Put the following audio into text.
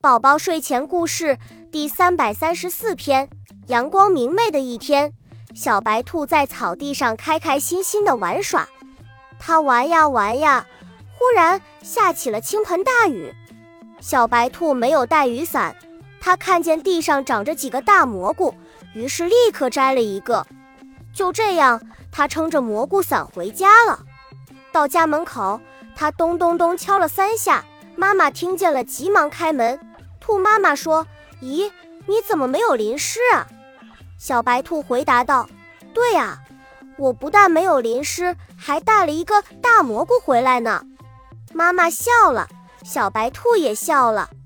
宝宝睡前故事第334篇。阳光明媚的一天，小白兔在草地上开开心心地玩耍。它玩呀玩呀，忽然下起了倾盆大雨。小白兔没有带雨伞，它看见地上长着几个大蘑菇，于是立刻摘了一个。就这样，它撑着蘑菇伞回家了。到家门口，它咚咚咚敲了3下，妈妈听见了，急忙开门。兔妈妈说：“咦，你怎么没有淋湿啊？”小白兔回答道：“对啊，我不但没有淋湿，还带了一个大蘑菇回来呢。”妈妈笑了，小白兔也笑了。